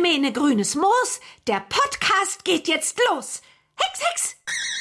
Mene grünes Moos, der Podcast geht jetzt los. Hex, Hex!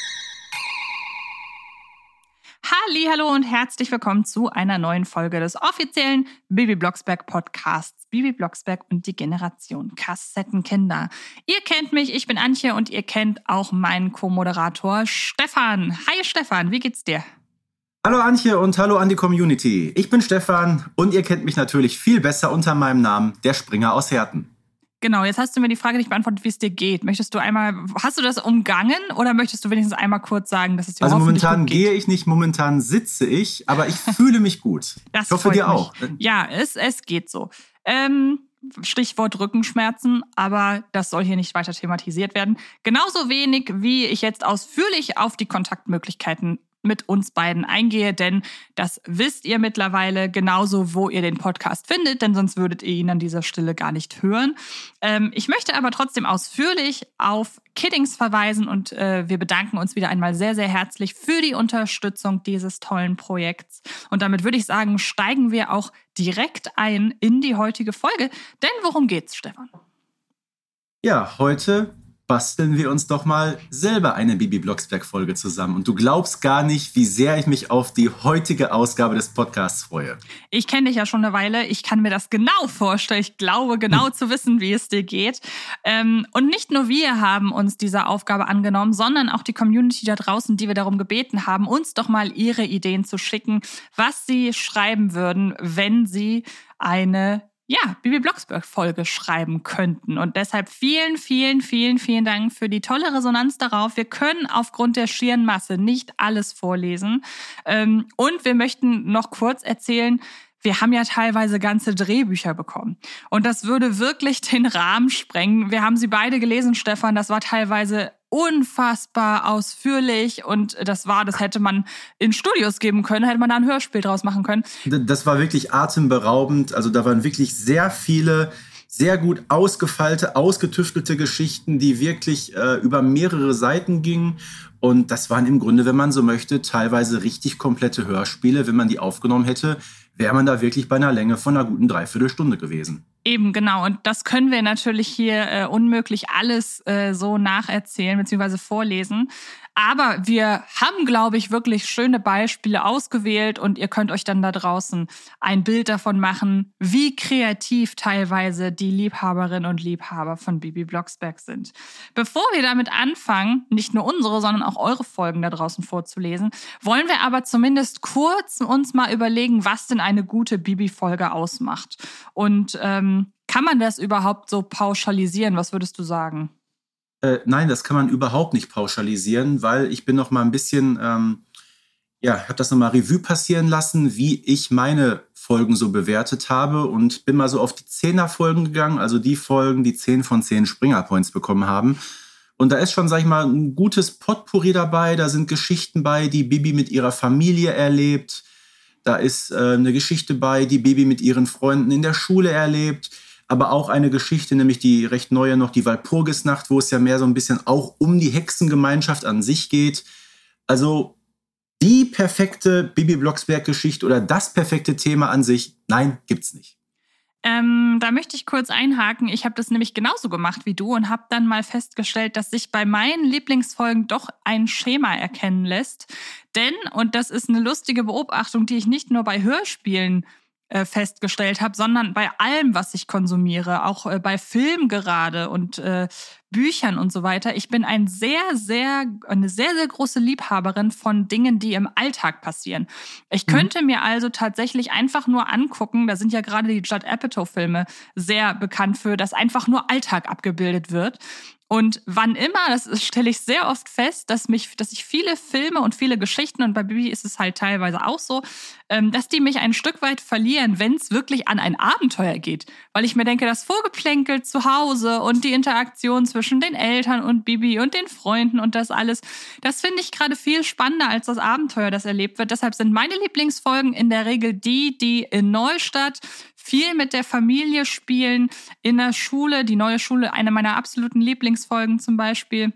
Hallo und herzlich willkommen zu einer neuen Folge des offiziellen Bibi Blocksberg Podcasts. Bibi Blocksberg und die Generation Kassettenkinder. Ihr kennt mich, ich bin Antje und ihr kennt auch meinen Co-Moderator Stefan. Hi Stefan, wie geht's dir? Hallo Antje und hallo an die Community. Ich bin Stefan und ihr kennt mich natürlich viel besser unter meinem Namen, der Springer aus Herten. Genau, jetzt hast du mir die Frage nicht beantwortet, wie es dir geht. Hast du das umgangen oder möchtest du wenigstens einmal kurz sagen, dass es dir hoffentlich gut geht? Also momentan gehe ich nicht, momentan sitze ich, aber ich fühle mich gut. Ich hoffe, dir auch. Ja, es geht so. Stichwort Rückenschmerzen, aber das soll hier nicht weiter thematisiert werden. Genauso wenig, wie ich jetzt ausführlich auf die Kontaktmöglichkeiten mit uns beiden eingehe, denn das wisst ihr mittlerweile genauso, wo ihr den Podcast findet, denn sonst würdet ihr ihn an dieser Stelle gar nicht hören. Ich möchte aber trotzdem ausführlich auf Kiddings verweisen und wir bedanken uns wieder einmal sehr, sehr herzlich für die Unterstützung dieses tollen Projekts. Und damit würde ich sagen, steigen wir auch direkt ein in die heutige Folge. Denn worum geht's, Stefan? Ja, heute basteln wir uns doch mal selber eine Bibi Blocksberg-Folge zusammen. Und du glaubst gar nicht, wie sehr ich mich auf die heutige Ausgabe des Podcasts freue. Ich kenne dich ja schon eine Weile. Ich kann mir das genau vorstellen. Ich glaube, genau zu wissen, wie es dir geht. Und nicht nur wir haben uns dieser Aufgabe angenommen, sondern auch die Community da draußen, die wir darum gebeten haben, uns doch mal ihre Ideen zu schicken, was sie schreiben würden, wenn sie eine Bibi Blocksberg-Folge schreiben könnten. Und deshalb vielen Dank für die tolle Resonanz darauf. Wir können aufgrund der schieren Masse nicht alles vorlesen. Und wir möchten noch kurz erzählen, wir haben ja teilweise ganze Drehbücher bekommen. Und das würde wirklich den Rahmen sprengen. Wir haben sie beide gelesen, Stefan. Das war teilweise unfassbar ausführlich und das hätte man in Studios geben können, hätte man da ein Hörspiel draus machen können. Das war wirklich atemberaubend. Also da waren wirklich sehr viele, sehr gut ausgefeilte, ausgetüftelte Geschichten, die wirklich über mehrere Seiten gingen. Und das waren im Grunde, wenn man so möchte, teilweise richtig komplette Hörspiele. Wenn man die aufgenommen hätte, wäre man da wirklich bei einer Länge von einer guten Dreiviertelstunde gewesen. Eben, genau. Und das können wir natürlich hier unmöglich alles so nacherzählen bzw. vorlesen. Aber wir haben, glaube ich, wirklich schöne Beispiele ausgewählt und ihr könnt euch dann da draußen ein Bild davon machen, wie kreativ teilweise die Liebhaberinnen und Liebhaber von Bibi Blocksberg sind. Bevor wir damit anfangen, nicht nur unsere, sondern auch eure Folgen da draußen vorzulesen, wollen wir aber zumindest kurz uns mal überlegen, was denn eine gute Bibi-Folge ausmacht. Und kann man das überhaupt so pauschalisieren? Was würdest du sagen? Nein, das kann man überhaupt nicht pauschalisieren, weil ich bin noch mal ein bisschen, habe das noch mal Revue passieren lassen, wie ich meine Folgen so bewertet habe und bin mal so auf die 10er-Folgen gegangen, also die Folgen, die 10 von 10 Springer-Points bekommen haben. Und da ist schon, sag ich mal, ein gutes Potpourri dabei, da sind Geschichten bei, die Bibi mit ihrer Familie erlebt, da ist eine Geschichte bei, die Bibi mit ihren Freunden in der Schule erlebt, aber auch eine Geschichte, nämlich die recht neue noch, die Walpurgisnacht, wo es ja mehr so ein bisschen auch um die Hexengemeinschaft an sich geht. Also die perfekte Bibi Blocksberg-Geschichte oder das perfekte Thema an sich, nein, gibt's nicht. Da möchte ich kurz einhaken. Ich habe das nämlich genauso gemacht wie du und habe dann mal festgestellt, dass sich bei meinen Lieblingsfolgen doch ein Schema erkennen lässt. Denn, und das ist eine lustige Beobachtung, die ich nicht nur bei Hörspielen festgestellt habe, sondern bei allem, was ich konsumiere, auch bei Filmen gerade und Büchern und so weiter. Ich bin eine sehr, sehr große Liebhaberin von Dingen, die im Alltag passieren. Ich könnte mir also tatsächlich einfach nur angucken, da sind ja gerade die Judd Apatow-Filme sehr bekannt für, dass einfach nur Alltag abgebildet wird. Und wann immer, das stelle ich sehr oft fest, dass ich viele Filme und viele Geschichten, und bei Bibi ist es halt teilweise auch so, dass die mich ein Stück weit verlieren, wenn es wirklich an ein Abenteuer geht. Weil ich mir denke, das Vorgeplänkel zu Hause und die Interaktion zwischen den Eltern und Bibi und den Freunden und das alles, das finde ich gerade viel spannender als das Abenteuer, das erlebt wird. Deshalb sind meine Lieblingsfolgen in der Regel die in Neustadt viel mit der Familie spielen, in der Schule, die neue Schule, eine meiner absoluten Lieblingsfolgen zum Beispiel.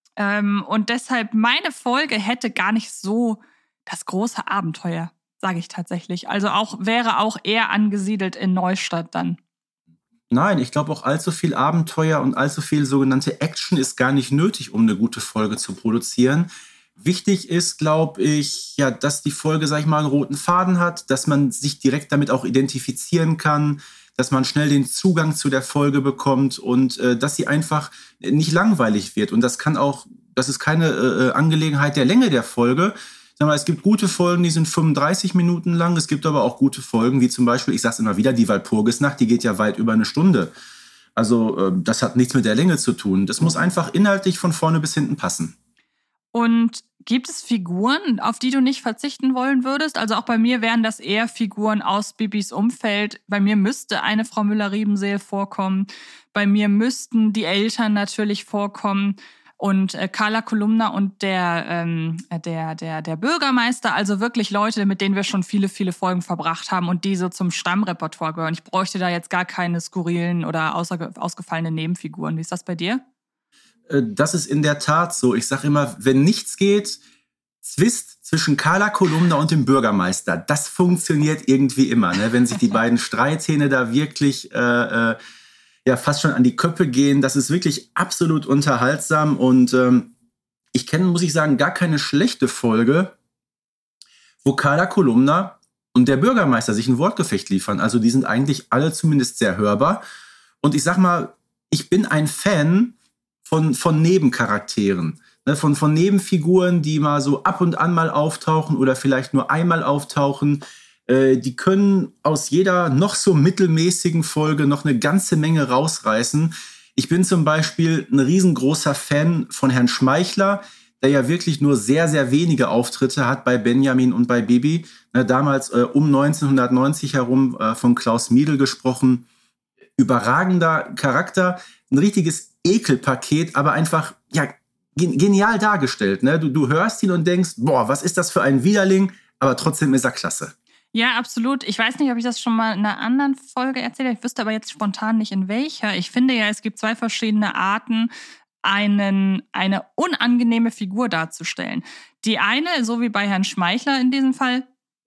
Und deshalb, meine Folge hätte gar nicht so das große Abenteuer, sage ich tatsächlich. Also wäre auch eher angesiedelt in Neustadt dann. Nein, ich glaube auch allzu viel Abenteuer und allzu viel sogenannte Action ist gar nicht nötig, um eine gute Folge zu produzieren. Wichtig ist, glaube ich, ja, dass die Folge, sag ich mal, einen roten Faden hat, dass man sich direkt damit auch identifizieren kann, dass man schnell den Zugang zu der Folge bekommt und dass sie einfach nicht langweilig wird. Und das ist keine Angelegenheit der Länge der Folge. Sag mal, es gibt gute Folgen, die sind 35 Minuten lang. Es gibt aber auch gute Folgen, wie zum Beispiel, ich sag's immer wieder, die Walpurgisnacht, die geht ja weit über eine Stunde. Also das hat nichts mit der Länge zu tun. Das muss einfach inhaltlich von vorne bis hinten passen. Und gibt es Figuren, auf die du nicht verzichten wollen würdest? Also auch bei mir wären das eher Figuren aus Bibis Umfeld. Bei mir müsste eine Frau Müller-Riebenseel vorkommen. Bei mir müssten die Eltern natürlich vorkommen. Und Carla Kolumna und der Bürgermeister, also wirklich Leute, mit denen wir schon viele, viele Folgen verbracht haben und die so zum Stammrepertoire gehören. Ich bräuchte da jetzt gar keine skurrilen oder ausgefallenen Nebenfiguren. Wie ist das bei dir? Das ist in der Tat so. Ich sage immer, wenn nichts geht, Zwist zwischen Carla Kolumna und dem Bürgermeister, das funktioniert irgendwie immer. Ne? Wenn sich die beiden Streithähne da wirklich fast schon an die Köpfe gehen, das ist wirklich absolut unterhaltsam. Und ich kenne, muss ich sagen, gar keine schlechte Folge, wo Carla Kolumna und der Bürgermeister sich ein Wortgefecht liefern. Also die sind eigentlich alle zumindest sehr hörbar. Und ich sag mal, ich bin ein Fan von Nebencharakteren, ne, von Nebenfiguren, die mal so ab und an mal auftauchen oder vielleicht nur einmal auftauchen. Die können aus jeder noch so mittelmäßigen Folge noch eine ganze Menge rausreißen. Ich bin zum Beispiel ein riesengroßer Fan von Herrn Schmeichler, der ja wirklich nur sehr, sehr wenige Auftritte hat bei Benjamin und bei Bibi. Ne, damals um 1990 herum von Klaus Miedl gesprochen. Überragender Charakter, ein richtiges Ekelpaket, aber einfach genial dargestellt. Ne? Du hörst ihn und denkst, boah, was ist das für ein Widerling, aber trotzdem ist er klasse. Ja, absolut. Ich weiß nicht, ob ich das schon mal in einer anderen Folge erzählt habe. Ich wüsste aber jetzt spontan nicht, in welcher. Ich finde ja, es gibt 2 verschiedene Arten, eine unangenehme Figur darzustellen. Die eine, so wie bei Herrn Schmeichler in diesem Fall,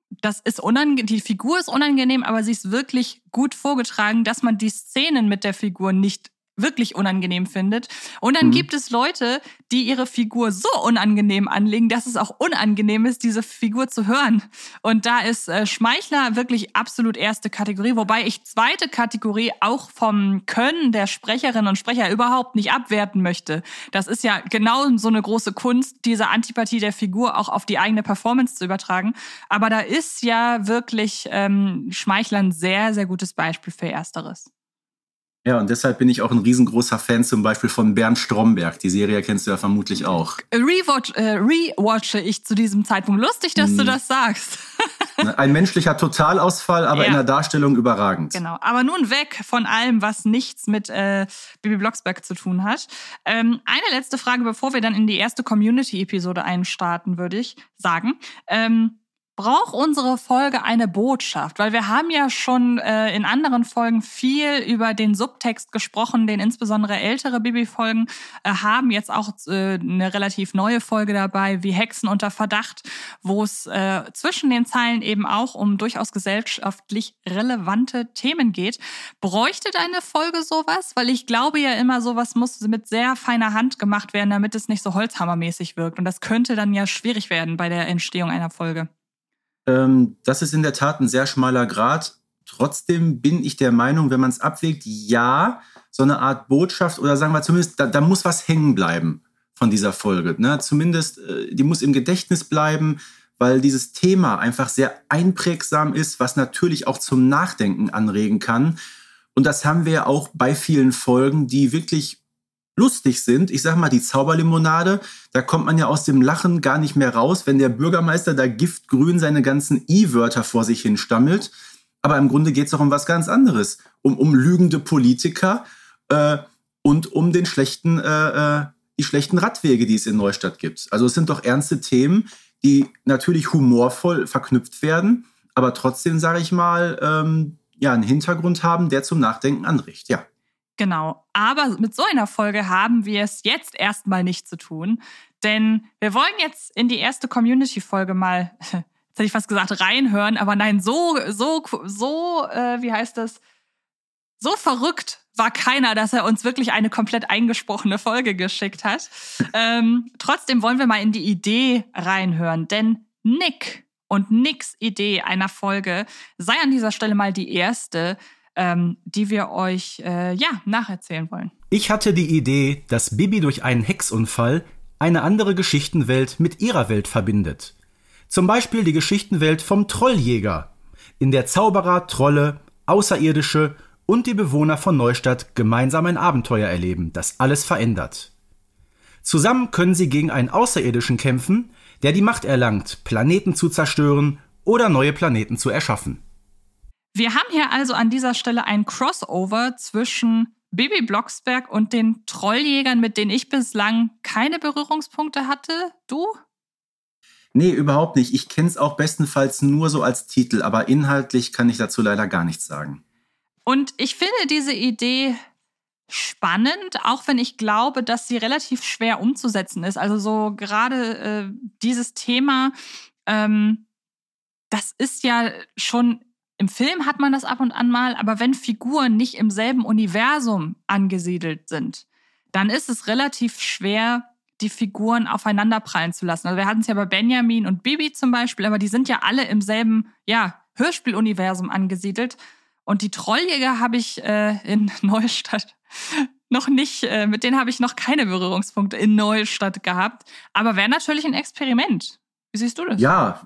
die Figur ist unangenehm, aber sie ist wirklich gut vorgetragen, dass man die Szenen mit der Figur nicht wirklich unangenehm findet. Und dann gibt es Leute, die ihre Figur so unangenehm anlegen, dass es auch unangenehm ist, diese Figur zu hören. Und da ist Schmeichler wirklich absolut erste Kategorie, wobei ich zweite Kategorie auch vom Können der Sprecherinnen und Sprecher überhaupt nicht abwerten möchte. Das ist ja genau so eine große Kunst, diese Antipathie der Figur auch auf die eigene Performance zu übertragen. Aber da ist ja wirklich Schmeichler ein sehr, sehr gutes Beispiel für Ersteres. Ja, und deshalb bin ich auch ein riesengroßer Fan zum Beispiel von Bernd Stromberg. Die Serie kennst du ja vermutlich auch. Rewatche ich zu diesem Zeitpunkt. Lustig, dass du das sagst. Ein menschlicher Totalausfall, aber in der Darstellung überragend. Genau, aber nun weg von allem, was nichts mit Bibi Blocksberg zu tun hat. Eine letzte Frage, bevor wir dann in die erste Community-Episode einstarten, würde ich sagen. Braucht unsere Folge eine Botschaft? Weil wir haben ja schon in anderen Folgen viel über den Subtext gesprochen, den insbesondere ältere Bibi-Folgen haben jetzt auch eine relativ neue Folge dabei, wie Hexen unter Verdacht, wo es zwischen den Zeilen eben auch um durchaus gesellschaftlich relevante Themen geht. Bräuchte deine Folge sowas? Weil ich glaube ja immer, sowas muss mit sehr feiner Hand gemacht werden, damit es nicht so holzhammermäßig wirkt. Und das könnte dann ja schwierig werden bei der Entstehung einer Folge. Das ist in der Tat ein sehr schmaler Grat. Trotzdem bin ich der Meinung, wenn man es abwägt, ja, so eine Art Botschaft oder sagen wir zumindest, da muss was hängen bleiben von dieser Folge. Ne? Zumindest, die muss im Gedächtnis bleiben, weil dieses Thema einfach sehr einprägsam ist, was natürlich auch zum Nachdenken anregen kann. Und das haben wir ja auch bei vielen Folgen, die wirklich lustig sind. Ich sag mal, die Zauberlimonade, da kommt man ja aus dem Lachen gar nicht mehr raus, wenn der Bürgermeister da giftgrün seine ganzen I-Wörter vor sich hin stammelt. Aber im Grunde geht es doch um was ganz anderes. Um lügende Politiker und um die schlechten Radwege, die es in Neustadt gibt. Also es sind doch ernste Themen, die natürlich humorvoll verknüpft werden, aber trotzdem, sage ich mal, einen Hintergrund haben, der zum Nachdenken anregt, ja. Genau, aber mit so einer Folge haben wir es jetzt erstmal nicht zu tun, denn wir wollen jetzt in die erste Community-Folge mal, jetzt hätte ich fast gesagt reinhören, aber nein, wie heißt das? so verrückt war keiner, dass er uns wirklich eine komplett eingesprochene Folge geschickt hat. Trotzdem wollen wir mal in die Idee reinhören, denn Nick und Nicks Idee einer Folge sei an dieser Stelle mal die erste, die wir euch nacherzählen wollen. Ich hatte die Idee, dass Bibi durch einen Hexunfall eine andere Geschichtenwelt mit ihrer Welt verbindet. Zum Beispiel die Geschichtenwelt vom Trolljäger, in der Zauberer, Trolle, Außerirdische und die Bewohner von Neustadt gemeinsam ein Abenteuer erleben, das alles verändert. Zusammen können sie gegen einen Außerirdischen kämpfen, der die Macht erlangt, Planeten zu zerstören oder neue Planeten zu erschaffen. Wir haben hier also an dieser Stelle ein Crossover zwischen Bibi Blocksberg und den Trolljägern, mit denen ich bislang keine Berührungspunkte hatte. Du? Nee, überhaupt nicht. Ich kenne es auch bestenfalls nur so als Titel, aber inhaltlich kann ich dazu leider gar nichts sagen. Und ich finde diese Idee spannend, auch wenn ich glaube, dass sie relativ schwer umzusetzen ist. Also so gerade dieses Thema, das ist ja schon, im Film hat man das ab und an mal, aber wenn Figuren nicht im selben Universum angesiedelt sind, dann ist es relativ schwer, die Figuren aufeinanderprallen zu lassen. Also wir hatten es ja bei Benjamin und Bibi zum Beispiel, aber die sind ja alle im selben Hörspieluniversum angesiedelt. Und die Trolljäger habe ich in Neustadt noch nicht, mit denen habe ich noch keine Berührungspunkte in Neustadt gehabt. Aber wäre natürlich ein Experiment. Wie siehst du das? Ja,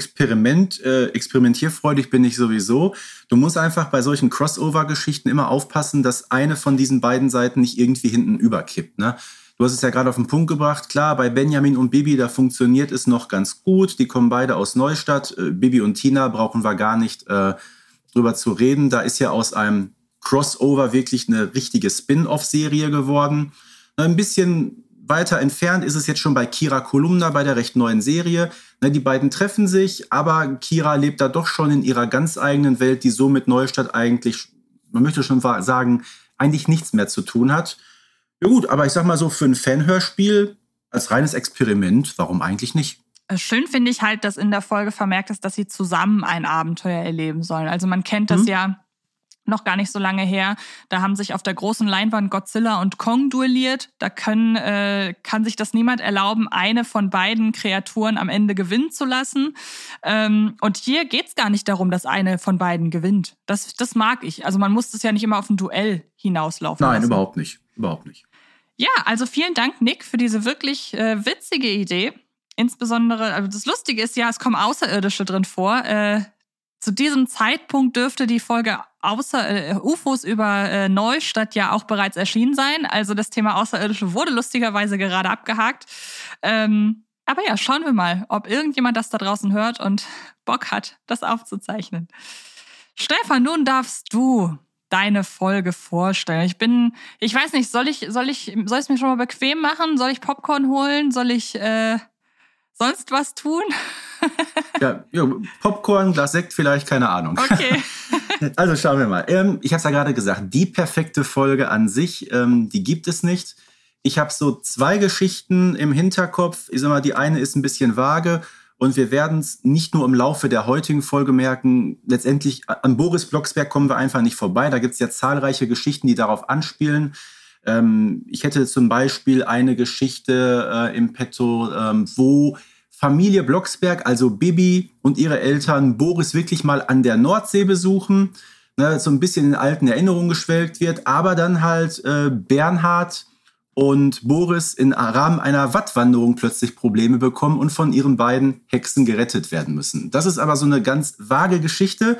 experimentierfreudig bin ich sowieso. Du musst einfach bei solchen Crossover-Geschichten immer aufpassen, dass eine von diesen beiden Seiten nicht irgendwie hinten überkippt, ne? Du hast es ja gerade auf den Punkt gebracht. Klar, bei Benjamin und Bibi, da funktioniert es noch ganz gut. Die kommen beide aus Neustadt. Bibi und Tina brauchen wir gar nicht drüber zu reden. Da ist ja aus einem Crossover wirklich eine richtige Spin-off-Serie geworden. Ein bisschen weiter entfernt ist es jetzt schon bei Kira Kolumna, bei der recht neuen Serie. Die beiden treffen sich, aber Kira lebt da doch schon in ihrer ganz eigenen Welt, die so mit Neustadt eigentlich, man möchte schon sagen, eigentlich nichts mehr zu tun hat. Ja gut, aber ich sag mal so, für ein Fanhörspiel als reines Experiment, warum eigentlich nicht? Schön finde ich halt, dass in der Folge vermerkt ist, dass sie zusammen ein Abenteuer erleben sollen. Also man kennt das ja noch gar nicht so lange her. Da haben sich auf der großen Leinwand Godzilla und Kong duelliert. Da kann sich das niemand erlauben, eine von beiden Kreaturen am Ende gewinnen zu lassen. Und hier geht's gar nicht darum, dass eine von beiden gewinnt. Das mag ich. Also man muss das ja nicht immer auf ein Duell hinauslaufen lassen. Nein, überhaupt nicht. Überhaupt nicht. Ja, also vielen Dank, Nick, für diese wirklich witzige Idee. Insbesondere, also das Lustige ist ja, es kommen Außerirdische drin vor. Zu diesem Zeitpunkt dürfte die Folge UFOs über Neustadt ja auch bereits erschienen sein. Also das Thema Außerirdische wurde lustigerweise gerade abgehakt. Aber ja, schauen wir mal, ob irgendjemand das da draußen hört und Bock hat, das aufzuzeichnen. Stefan, nun darfst du deine Folge vorstellen. Ich weiß nicht, soll ich es mir schon mal bequem machen? Soll ich Popcorn holen? Soll ich sonst was tun? Ja, Popcorn, Glas Sekt vielleicht, keine Ahnung. Okay. Also schauen wir mal. Ich habe es ja gerade gesagt, die perfekte Folge an sich, die gibt es nicht. Ich habe so 2 Geschichten im Hinterkopf. Ich sag mal, die eine ist ein bisschen vage und wir werden es nicht nur im Laufe der heutigen Folge merken. Letztendlich an Boris Blocksberg kommen wir einfach nicht vorbei. Da gibt es ja zahlreiche Geschichten, die darauf anspielen. Ich hätte zum Beispiel eine Geschichte im Petto, wo Familie Blocksberg, also Bibi und ihre Eltern, Boris wirklich mal an der Nordsee besuchen, so ein bisschen in alten Erinnerungen geschwelgt wird, aber dann halt Bernhard und Boris im Rahmen einer Wattwanderung plötzlich Probleme bekommen und von ihren beiden Hexen gerettet werden müssen. Das ist aber so eine ganz vage Geschichte.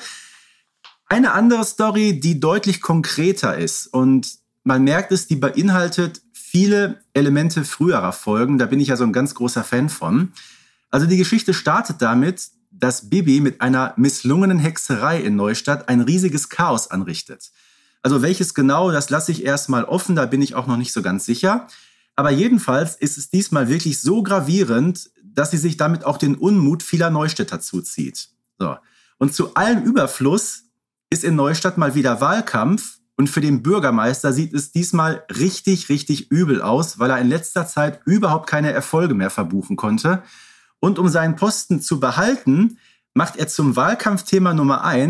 Eine andere Story, die deutlich konkreter ist und man merkt es, die beinhaltet viele Elemente früherer Folgen. Da bin ich ja so ein ganz großer Fan von. Also die Geschichte startet damit, dass Bibi mit einer misslungenen Hexerei in Neustadt ein riesiges Chaos anrichtet. Also welches genau, das lasse ich erstmal offen, da bin ich auch noch nicht so ganz sicher. Aber jedenfalls ist es diesmal wirklich so gravierend, dass sie sich damit auch den Unmut vieler Neustädter zuzieht. So. Und zu allem Überfluss ist in Neustadt mal wieder Wahlkampf. Und für den Bürgermeister sieht es diesmal richtig, richtig übel aus, weil er in letzter Zeit überhaupt keine Erfolge mehr verbuchen konnte. Und um seinen Posten zu behalten, macht er zum Wahlkampfthema Nummer 1,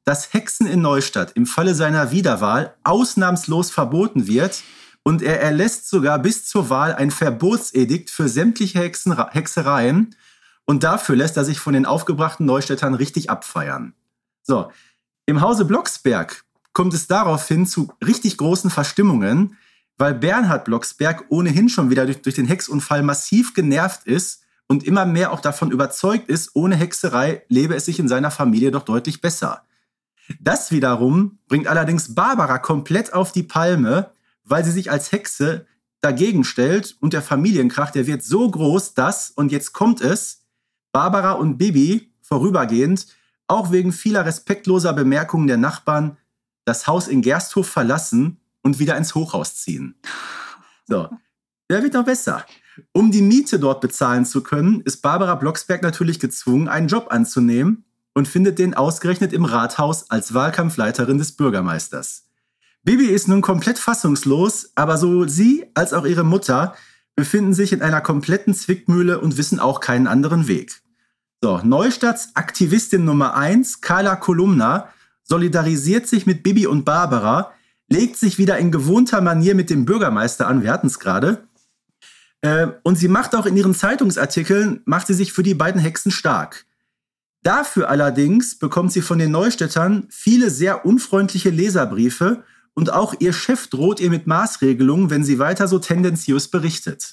dass Hexen in Neustadt im Falle seiner Wiederwahl ausnahmslos verboten wird und er erlässt sogar bis zur Wahl ein Verbotsedikt für sämtliche Hexereien und dafür lässt er sich von den aufgebrachten Neustädtern richtig abfeiern. So, im Hause Blocksberg kommt es daraufhin zu richtig großen Verstimmungen, weil Bernhard Blocksberg ohnehin schon wieder durch den Hexunfall massiv genervt ist und immer mehr auch davon überzeugt ist, ohne Hexerei lebe es sich in seiner Familie doch deutlich besser. Das wiederum bringt allerdings Barbara komplett auf die Palme, weil sie sich als Hexe dagegen stellt und der Familienkrach, der wird so groß, dass, und jetzt kommt es, Barbara und Bibi vorübergehend, auch wegen vieler respektloser Bemerkungen der Nachbarn, das Haus in Gersthof verlassen und wieder ins Hochhaus ziehen. So, der wird noch besser. Um die Miete dort bezahlen zu können, ist Barbara Blocksberg natürlich gezwungen, einen Job anzunehmen und findet den ausgerechnet im Rathaus als Wahlkampfleiterin des Bürgermeisters. Bibi ist nun komplett fassungslos, aber sowohl sie als auch ihre Mutter befinden sich in einer kompletten Zwickmühle und wissen auch keinen anderen Weg. So, Neustadts Aktivistin Nummer 1, Carla Kolumna, solidarisiert sich mit Bibi und Barbara, legt sich wieder in gewohnter Manier mit dem Bürgermeister an, wir hatten es gerade, und sie macht auch in ihren Zeitungsartikeln, macht sie sich für die beiden Hexen stark. Dafür allerdings bekommt sie von den Neustädtern viele sehr unfreundliche Leserbriefe und auch ihr Chef droht ihr mit Maßregelungen, wenn sie weiter so tendenziös berichtet.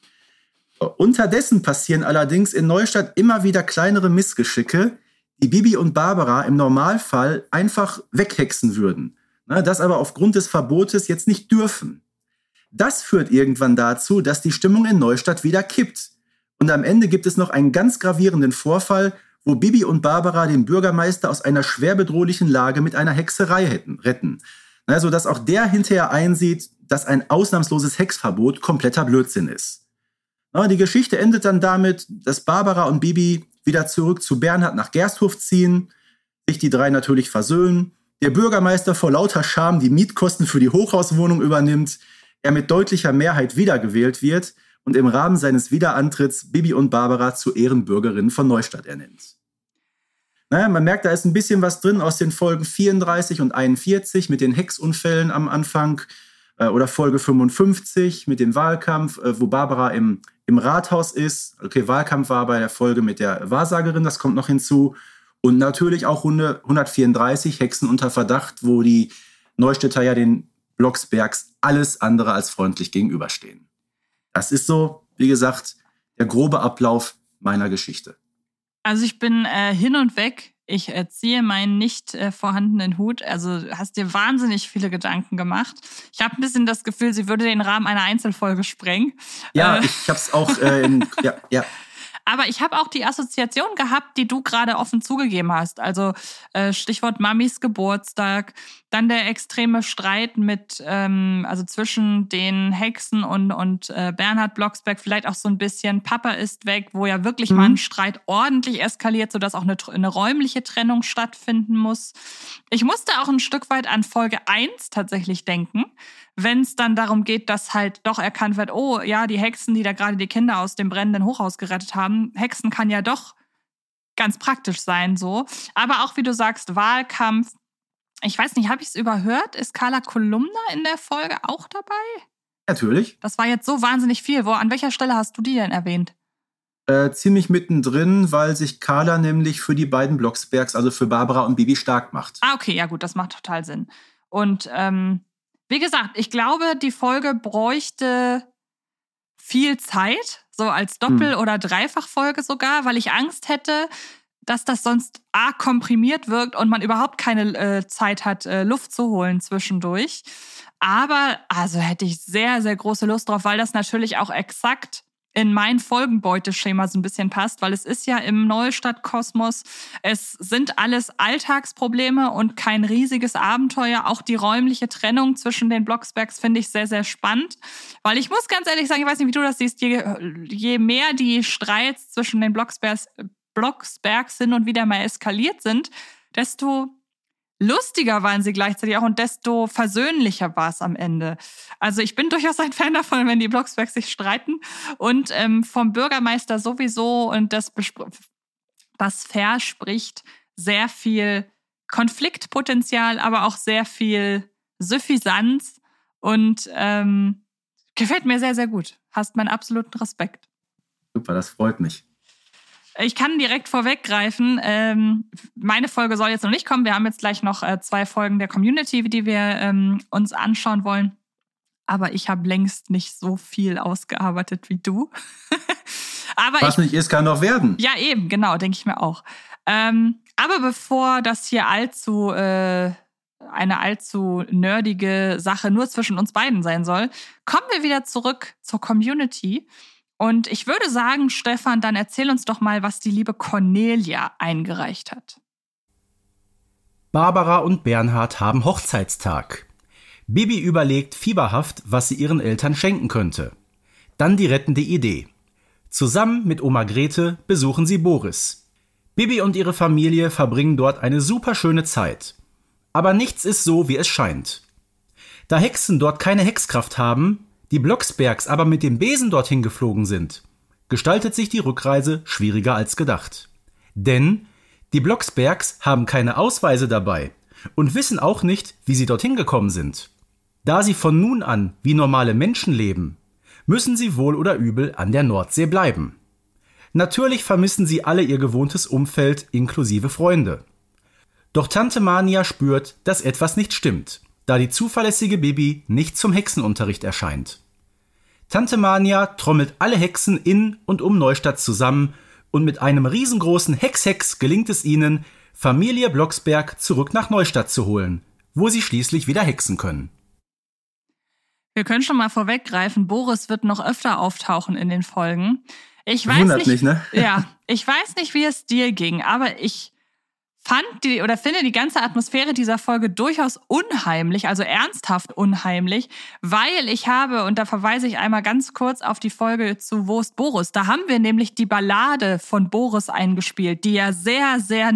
Unterdessen passieren allerdings in Neustadt immer wieder kleinere Missgeschicke, die Bibi und Barbara im Normalfall einfach weghexen würden, das aber aufgrund des Verbotes jetzt nicht dürfen. Das führt irgendwann dazu, dass die Stimmung in Neustadt wieder kippt. Und am Ende gibt es noch einen ganz gravierenden Vorfall, wo Bibi und Barbara den Bürgermeister aus einer schwer bedrohlichen Lage mit einer Hexerei retten. Sodass auch der hinterher einsieht, dass ein ausnahmsloses Hexverbot kompletter Blödsinn ist. Die Geschichte endet dann damit, dass Barbara und Bibi wieder zurück zu Bernhard nach Gersthof ziehen, sich die drei natürlich versöhnen, der Bürgermeister vor lauter Scham die Mietkosten für die Hochhauswohnung übernimmt, er mit deutlicher Mehrheit wiedergewählt wird und im Rahmen seines Wiederantritts Bibi und Barbara zu Ehrenbürgerinnen von Neustadt ernennt. Man merkt, da ist ein bisschen was drin aus den Folgen 34 und 41 mit den Hexunfällen am Anfang oder Folge 55 mit dem Wahlkampf, wo Barbara im Rathaus ist. Okay, Wahlkampf war bei der Folge mit der Wahrsagerin, das kommt noch hinzu. Und natürlich auch Runde 134, Hexen unter Verdacht, wo die Neustädter ja den Blocksbergs alles andere als freundlich gegenüberstehen. Das ist so, wie gesagt, der grobe Ablauf meiner Geschichte. Also ich bin hin und weg. Ich ziehe meinen nicht vorhandenen Hut. Also hast dir wahnsinnig viele Gedanken gemacht. Ich habe ein bisschen das Gefühl, sie würde den Rahmen einer Einzelfolge sprengen. Ja, ich habe es auch ja. Aber ich habe auch die Assoziation gehabt, die du gerade offen zugegeben hast. Also Stichwort Mamis Geburtstag, dann der extreme Streit mit, also zwischen den Hexen und Bernhard Blocksberg, vielleicht auch so ein bisschen Papa ist weg, wo ja wirklich mal ein Streit ordentlich eskaliert, sodass auch eine räumliche Trennung stattfinden muss. Ich musste auch ein Stück weit an Folge 1 tatsächlich denken, wenn es dann darum geht, dass halt doch erkannt wird, oh ja, die Hexen, die da gerade die Kinder aus dem brennenden Hochhaus gerettet haben, Hexen kann ja doch ganz praktisch sein so. Aber auch, wie du sagst, Wahlkampf. Ich weiß nicht, habe ich es überhört? Ist Carla Kolumna in der Folge auch dabei? Natürlich. Das war jetzt so wahnsinnig viel. An welcher Stelle hast du die denn erwähnt? Ziemlich mittendrin, weil sich Carla nämlich für die beiden Blocksbergs, also für Barbara und Bibi, stark macht. Ah, okay, ja gut, das macht total Sinn. Und wie gesagt, ich glaube, die Folge bräuchte viel Zeit, so als Doppel- oder Dreifachfolge sogar, weil ich Angst hätte, dass das sonst arg komprimiert wirkt und man überhaupt keine Zeit hat, Luft zu holen zwischendurch. Aber also hätte ich sehr, sehr große Lust drauf, weil das natürlich auch exakt in mein Folgenbeuteschema so ein bisschen passt, weil es ist ja im Neustadt-Kosmos, es sind alles Alltagsprobleme und kein riesiges Abenteuer. Auch die räumliche Trennung zwischen den Blocksbergs finde ich sehr, sehr spannend, weil ich muss ganz ehrlich sagen, ich weiß nicht, wie du das siehst, je mehr die Streits zwischen den Blocksbergs hin und wieder mal eskaliert sind, desto lustiger waren sie gleichzeitig auch und desto versöhnlicher war es am Ende. Also ich bin durchaus ein Fan davon, wenn die Blocksbergs sich streiten und vom Bürgermeister sowieso und das verspricht sehr viel Konfliktpotenzial, aber auch sehr viel Suffisanz und gefällt mir sehr, sehr gut. Hast meinen absoluten Respekt. Super, das freut mich. Ich kann direkt vorweggreifen, meine Folge soll jetzt noch nicht kommen. Wir haben jetzt gleich noch 2 Folgen der Community, die wir uns anschauen wollen. Aber ich habe längst nicht so viel ausgearbeitet wie du. Aber was nicht ist, kann noch werden. Ja, eben, genau, denke ich mir auch. Aber bevor das hier eine allzu nerdige Sache nur zwischen uns beiden sein soll, kommen wir wieder zurück zur Community. Und ich würde sagen, Stefan, dann erzähl uns doch mal, was die liebe Cornelia eingereicht hat. Barbara und Bernhard haben Hochzeitstag. Bibi überlegt fieberhaft, was sie ihren Eltern schenken könnte. Dann die rettende Idee. Zusammen mit Oma Grete besuchen sie Boris. Bibi und ihre Familie verbringen dort eine super schöne Zeit. Aber nichts ist so, wie es scheint. Da Hexen dort keine Hexkraft haben, die Blocksbergs aber mit dem Besen dorthin geflogen sind, gestaltet sich die Rückreise schwieriger als gedacht. Denn die Blocksbergs haben keine Ausweise dabei und wissen auch nicht, wie sie dorthin gekommen sind. Da sie von nun an wie normale Menschen leben, müssen sie wohl oder übel an der Nordsee bleiben. Natürlich vermissen sie alle ihr gewohntes Umfeld inklusive Freunde. Doch Tante Mania spürt, dass etwas nicht stimmt, da die zuverlässige Bibi nicht zum Hexenunterricht erscheint. Tante Mania trommelt alle Hexen in und um Neustadt zusammen und mit einem riesengroßen Hex gelingt es ihnen, Familie Blocksberg zurück nach Neustadt zu holen, wo sie schließlich wieder hexen können. Wir können schon mal vorweggreifen, Boris wird noch öfter auftauchen in den Folgen. Ich weiß Wundert mich, ne? Ja, ich weiß nicht, wie es dir ging, aber ich finde die ganze Atmosphäre dieser Folge durchaus unheimlich, also ernsthaft unheimlich, weil ich habe, und da verweise ich einmal ganz kurz auf die Folge zu Wo ist Boris? Da haben wir nämlich die Ballade von Boris eingespielt, die ja sehr, sehr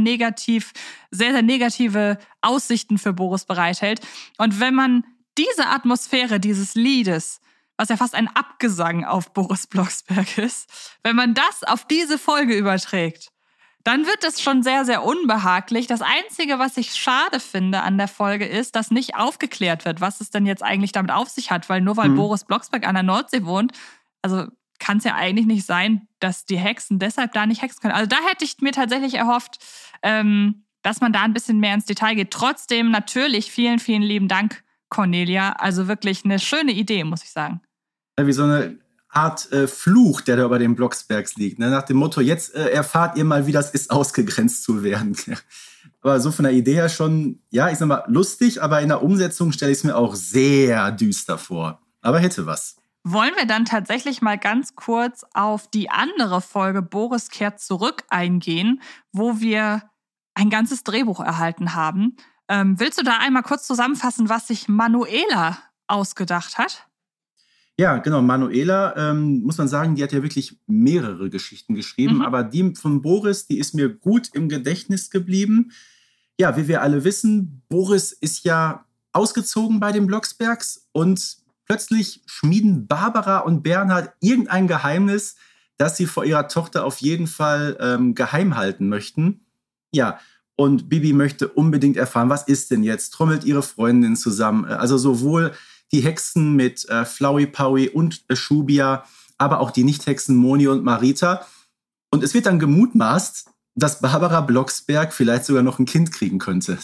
negative Aussichten für Boris bereithält. Und wenn man diese Atmosphäre dieses Liedes, was ja fast ein Abgesang auf Boris Blocksberg ist, wenn man das auf diese Folge überträgt, dann wird es schon sehr, sehr unbehaglich. Das Einzige, was ich schade finde an der Folge ist, dass nicht aufgeklärt wird, was es denn jetzt eigentlich damit auf sich hat. Weil nur weil Boris Blocksberg an der Nordsee wohnt, also kann es ja eigentlich nicht sein, dass die Hexen deshalb da nicht hexen können. Also da hätte ich mir tatsächlich erhofft, dass man da ein bisschen mehr ins Detail geht. Trotzdem natürlich vielen, vielen lieben Dank, Cornelia. Also wirklich eine schöne Idee, muss ich sagen. Wie so eine Art Fluch, der da über den Blocksbergs liegt. Ne? Nach dem Motto, jetzt erfahrt ihr mal, wie das ist, ausgegrenzt zu werden. Aber so von der Idee her schon, ja, ich sag mal, lustig, aber in der Umsetzung stelle ich es mir auch sehr düster vor. Aber hätte was. Wollen wir dann tatsächlich mal ganz kurz auf die andere Folge Boris kehrt zurück eingehen, wo wir ein ganzes Drehbuch erhalten haben. Willst du da einmal kurz zusammenfassen, was sich Manuela ausgedacht hat? Ja, genau. Manuela, muss man sagen, die hat ja wirklich mehrere Geschichten geschrieben. Aber die von Boris, die ist mir gut im Gedächtnis geblieben. Ja, wie wir alle wissen, Boris ist ja ausgezogen bei den Blocksbergs und plötzlich schmieden Barbara und Bernhard irgendein Geheimnis, das sie vor ihrer Tochter auf jeden Fall geheim halten möchten. Ja, und Bibi möchte unbedingt erfahren, was ist denn jetzt? Trommelt ihre Freundin zusammen. Also sowohl die Hexen mit Flowey Powie und Shubia, aber auch die Nicht-Hexen Moni und Marita. Und es wird dann gemutmaßt, dass Barbara Blocksberg vielleicht sogar noch ein Kind kriegen könnte.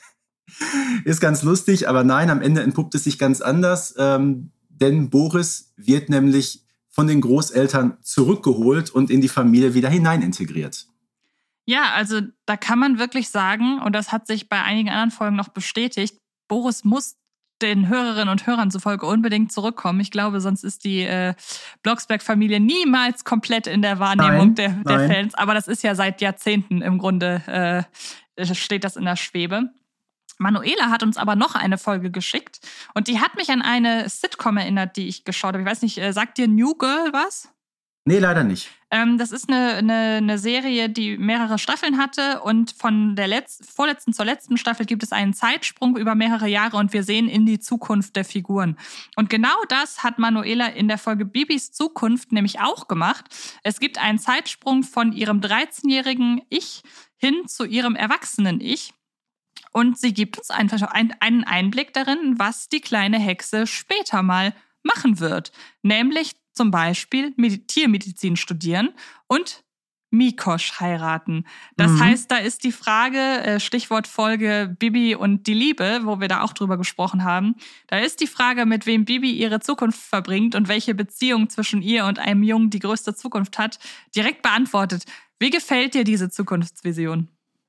Ist ganz lustig, aber nein, am Ende entpuppt es sich ganz anders. Denn Boris wird nämlich von den Großeltern zurückgeholt und in die Familie wieder hinein integriert. Ja, also da kann man wirklich sagen, und das hat sich bei einigen anderen Folgen noch bestätigt, Boris muss den Hörerinnen und Hörern zufolge unbedingt zurückkommen. Ich glaube, sonst ist die Blocksberg-Familie niemals komplett in der Wahrnehmung der Fans. Aber das ist ja seit Jahrzehnten im Grunde, steht das in der Schwebe. Manuela hat uns aber noch eine Folge geschickt und die hat mich an eine Sitcom erinnert, die ich geschaut habe. Ich weiß nicht, sagt dir New Girl was? Nee, leider nicht. Das ist eine Serie, die mehrere Staffeln hatte und von der vorletzten zur letzten Staffel gibt es einen Zeitsprung über mehrere Jahre und wir sehen in die Zukunft der Figuren. Und genau das hat Manuela in der Folge Bibis Zukunft nämlich auch gemacht. Es gibt einen Zeitsprung von ihrem 13-jährigen Ich hin zu ihrem erwachsenen Ich. Und sie gibt uns einfach einen Einblick darin, was die kleine Hexe später mal machen wird. Nämlich zum Beispiel Tiermedizin studieren und Mikosch heiraten. Das heißt, da ist die Frage, Stichwort Folge Bibi und die Liebe, wo wir da auch drüber gesprochen haben, da ist die Frage, mit wem Bibi ihre Zukunft verbringt und welche Beziehung zwischen ihr und einem Jungen die größte Zukunft hat, direkt beantwortet. Wie gefällt dir diese Zukunftsvision?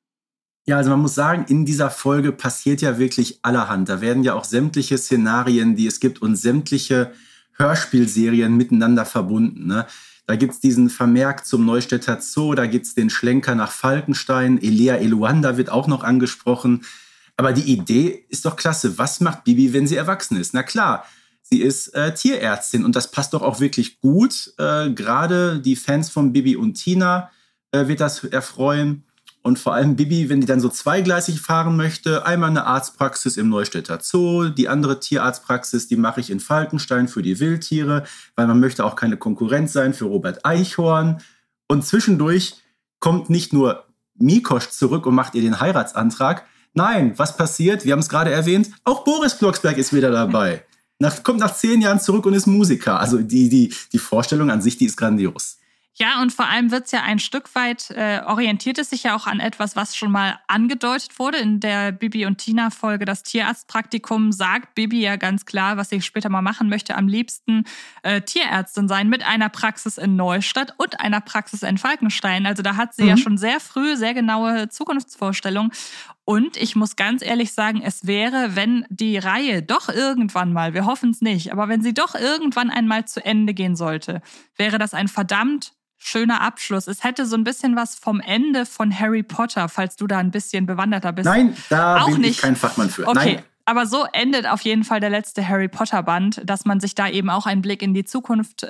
Ja, also man muss sagen, in dieser Folge passiert ja wirklich allerhand. Da werden ja auch sämtliche Szenarien, die es gibt und sämtliche Hörspielserien miteinander verbunden, ne? Da gibt's diesen Vermerk zum Neustädter Zoo, da gibt's den Schlenker nach Falkenstein, Elea Eluanda wird auch noch angesprochen. Aber die Idee ist doch klasse. Was macht Bibi, wenn sie erwachsen ist? Na klar, sie ist Tierärztin und das passt doch auch wirklich gut. Gerade die Fans von Bibi und Tina wird das erfreuen. Und vor allem Bibi, wenn die dann so zweigleisig fahren möchte, einmal eine Arztpraxis im Neustädter Zoo, die andere Tierarztpraxis, die mache ich in Falkenstein für die Wildtiere, weil man möchte auch keine Konkurrenz sein für Robert Eichhorn. Und zwischendurch kommt nicht nur Mikosch zurück und macht ihr den Heiratsantrag. Nein, was passiert? Wir haben es gerade erwähnt, auch Boris Blocksberg ist wieder dabei. Kommt nach 10 Jahren zurück und ist Musiker. Also die Vorstellung an sich, die ist grandios. Ja, und vor allem wird's ja ein Stück weit, orientiert es sich ja auch an etwas, was schon mal angedeutet wurde. In der Bibi und Tina-Folge, das Tierarztpraktikum, sagt Bibi ja ganz klar, was sie später mal machen möchte, am liebsten Tierärztin sein, mit einer Praxis in Neustadt und einer Praxis in Falkenstein. Also da hat sie ja schon sehr früh sehr genaue Zukunftsvorstellungen. Und ich muss ganz ehrlich sagen, es wäre, wenn die Reihe doch irgendwann mal, wir hoffen es nicht, aber wenn sie doch irgendwann einmal zu Ende gehen sollte, wäre das ein verdammt schöner Abschluss. Es hätte so ein bisschen was vom Ende von Harry Potter, falls du da ein bisschen bewanderter bist. Nein, da auch bin nicht. Ich kein Fachmann für. Okay. Nein. Aber so endet auf jeden Fall der letzte Harry Potter Band, dass man sich da eben auch einen Blick in die Zukunft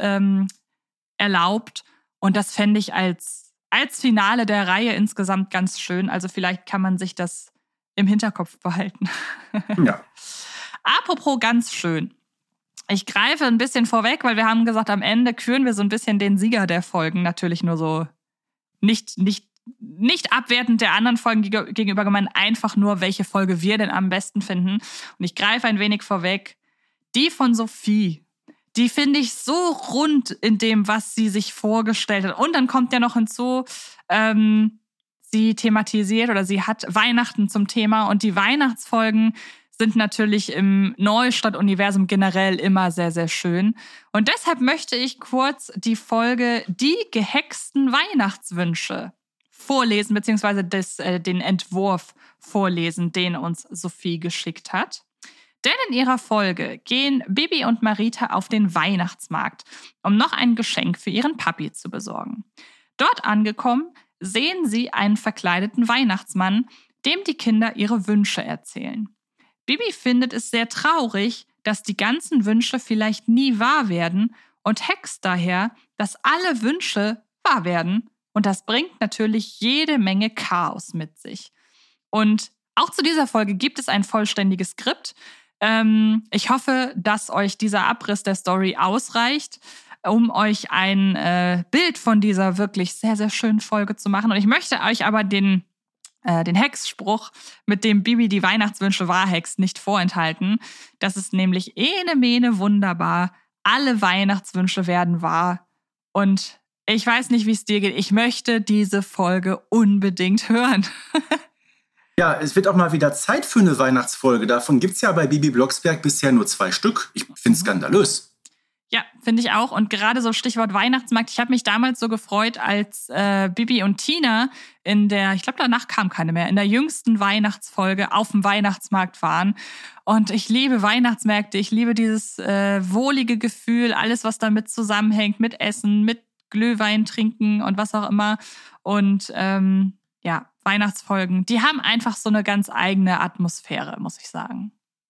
erlaubt. Und das fände ich als Finale der Reihe insgesamt ganz schön. Also vielleicht kann man sich das im Hinterkopf behalten. Ja. Apropos ganz schön. Ich greife ein bisschen vorweg, weil wir haben gesagt, am Ende küren wir so ein bisschen den Sieger der Folgen. Natürlich nur so nicht abwertend der anderen Folgen gegenüber gemeint, einfach nur, welche Folge wir denn am besten finden. Und ich greife ein wenig vorweg. Die von Sophie, die finde ich so rund in dem, was sie sich vorgestellt hat. Und dann kommt ja noch hinzu, sie thematisiert oder sie hat Weihnachten zum Thema. Und die Weihnachtsfolgen sind natürlich im Neustadt-Universum generell immer sehr, sehr schön. Und deshalb möchte ich kurz die Folge Die gehexten Weihnachtswünsche vorlesen, beziehungsweise den Entwurf vorlesen, den uns Sophie geschickt hat. Denn in ihrer Folge gehen Bibi und Marita auf den Weihnachtsmarkt, um noch ein Geschenk für ihren Papi zu besorgen. Dort angekommen, sehen sie einen verkleideten Weihnachtsmann, dem die Kinder ihre Wünsche erzählen. Bibi findet es sehr traurig, dass die ganzen Wünsche vielleicht nie wahr werden und hext daher, dass alle Wünsche wahr werden. Und das bringt natürlich jede Menge Chaos mit sich. Und auch zu dieser Folge gibt es ein vollständiges Skript. Ich hoffe, dass euch dieser Abriss der Story ausreicht, um euch ein Bild von dieser wirklich sehr, sehr schönen Folge zu machen. Und ich möchte euch aber den Hexspruch, mit dem Bibi die Weihnachtswünsche wahrhext, nicht vorenthalten. Das ist nämlich ene mene wunderbar. Alle Weihnachtswünsche werden wahr. Und ich weiß nicht, wie es dir geht. Ich möchte diese Folge unbedingt hören. Ja, es wird auch mal wieder Zeit für eine Weihnachtsfolge. Davon gibt's ja bei Bibi Blocksberg bisher nur 2 Stück. Ich finde es skandalös. Ja, finde ich auch. Und gerade so Stichwort Weihnachtsmarkt. Ich habe mich damals so gefreut, als Bibi und Tina ich glaube, danach kam keine mehr, in der jüngsten Weihnachtsfolge auf dem Weihnachtsmarkt waren. Und ich liebe Weihnachtsmärkte. Ich liebe dieses wohlige Gefühl, alles, was damit zusammenhängt, mit Essen, mit Glühwein trinken und was auch immer. Und Weihnachtsfolgen, die haben einfach so eine ganz eigene Atmosphäre, muss ich sagen.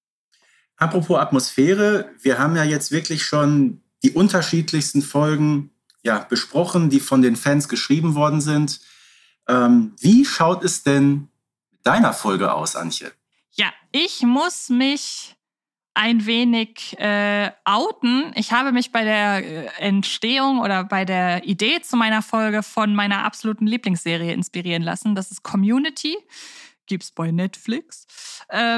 Apropos Atmosphäre, wir haben ja jetzt wirklich schon die unterschiedlichsten Folgen besprochen, die von den Fans geschrieben worden sind. Wie schaut es denn mit deiner Folge aus, Antje? Ja, ich muss mich ein wenig outen. Ich habe mich bei der Entstehung oder bei der Idee zu meiner Folge von meiner absoluten Lieblingsserie inspirieren lassen. Das ist Community. Gibt's bei Netflix. Da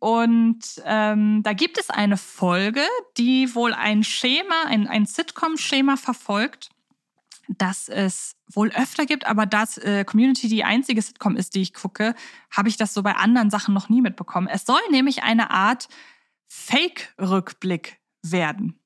gibt es eine Folge, die wohl ein Sitcom-Schema verfolgt, das es wohl öfter gibt, aber dass Community die einzige Sitcom ist, die ich gucke, habe ich das so bei anderen Sachen noch nie mitbekommen. Es soll nämlich eine Art Fake-Rückblick werden.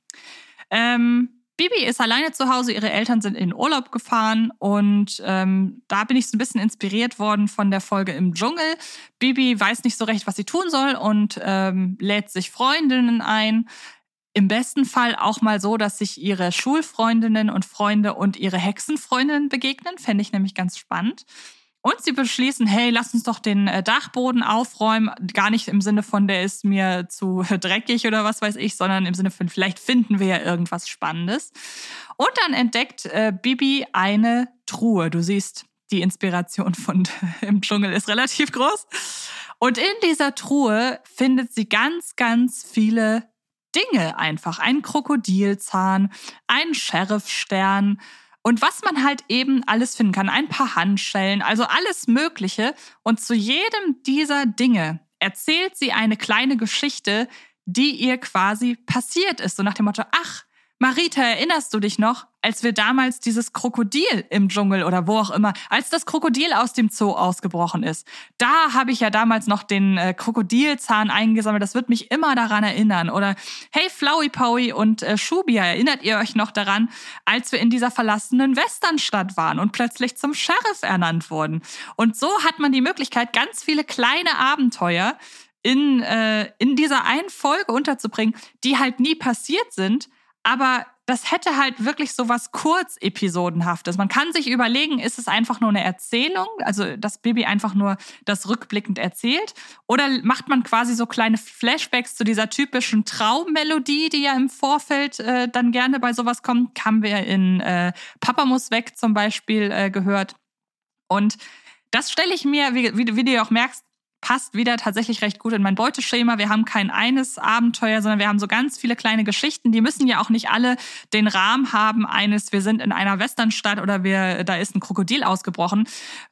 Bibi ist alleine zu Hause, ihre Eltern sind in Urlaub gefahren und da bin ich so ein bisschen inspiriert worden von der Folge im Dschungel. Bibi weiß nicht so recht, was sie tun soll und lädt sich Freundinnen ein. Im besten Fall auch mal so, dass sich ihre Schulfreundinnen und Freunde und ihre Hexenfreundinnen begegnen. Fände ich nämlich ganz spannend. Und sie beschließen, hey, lass uns doch den Dachboden aufräumen. Gar nicht im Sinne von, der ist mir zu dreckig oder was weiß ich, sondern im Sinne von, vielleicht finden wir ja irgendwas Spannendes. Und dann entdeckt Bibi eine Truhe. Du siehst, die Inspiration von im Dschungel ist relativ groß. Und in dieser Truhe findet sie ganz, ganz viele Dinge einfach. Einen Krokodilzahn, einen Sheriffstern, und was man halt eben alles finden kann, ein paar Handschellen, also alles Mögliche. Und zu jedem dieser Dinge erzählt sie eine kleine Geschichte, die ihr quasi passiert ist. So nach dem Motto, ach, Marita, erinnerst du dich noch, als wir damals dieses Krokodil im Dschungel oder wo auch immer, als das Krokodil aus dem Zoo ausgebrochen ist, da habe ich ja damals noch den Krokodilzahn eingesammelt, das wird mich immer daran erinnern. Oder hey, Flowey Powy und Shubia, erinnert ihr euch noch daran, als wir in dieser verlassenen Westernstadt waren und plötzlich zum Sheriff ernannt wurden? Und so hat man die Möglichkeit, ganz viele kleine Abenteuer in dieser einen Folge unterzubringen, die halt nie passiert sind, aber das hätte halt wirklich so was Kurzepisodenhaftes. Man kann sich überlegen, ist es einfach nur eine Erzählung, also dass Bibi einfach nur das rückblickend erzählt, oder macht man quasi so kleine Flashbacks zu dieser typischen Traummelodie, die ja im Vorfeld dann gerne bei sowas kommt. Haben wir in Papa muss weg zum Beispiel gehört. Und das stelle ich mir, wie du ja auch merkst, passt wieder tatsächlich recht gut in mein Beuteschema. Wir haben kein eines Abenteuer, sondern wir haben so ganz viele kleine Geschichten. Die müssen ja auch nicht alle den Rahmen haben eines, wir sind in einer Westernstadt oder da ist ein Krokodil ausgebrochen.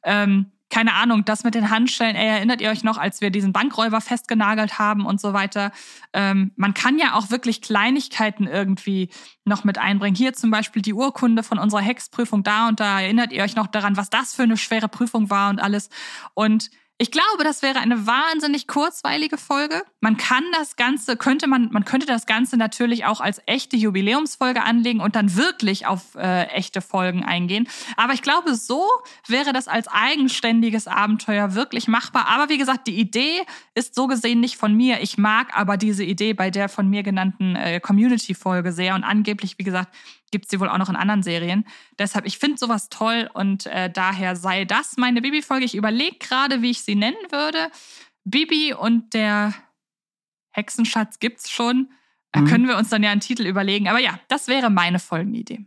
Keine Ahnung, das mit den Handschellen, erinnert ihr euch noch, als wir diesen Bankräuber festgenagelt haben und so weiter. Man kann ja auch wirklich Kleinigkeiten irgendwie noch mit einbringen. Hier zum Beispiel die Urkunde von unserer Hexprüfung da und da. Erinnert ihr euch noch daran, was das für eine schwere Prüfung war und alles? Und ich glaube, das wäre eine wahnsinnig kurzweilige Folge. Man könnte das Ganze natürlich auch als echte Jubiläumsfolge anlegen und dann wirklich auf echte Folgen eingehen. Aber ich glaube, so wäre das als eigenständiges Abenteuer wirklich machbar. Aber wie gesagt, die Idee ist so gesehen nicht von mir. Ich mag aber diese Idee bei der von mir genannten Community-Folge sehr. Und angeblich, wie gesagt, gibt es sie wohl auch noch in anderen Serien. Deshalb, ich finde sowas toll und daher sei das meine Bibi-Folge. Ich überlege gerade, wie ich sie nennen würde. Bibi und der Hexenschatz gibt's schon. Da können wir uns dann ja einen Titel überlegen. Aber ja, das wäre meine Folgenidee.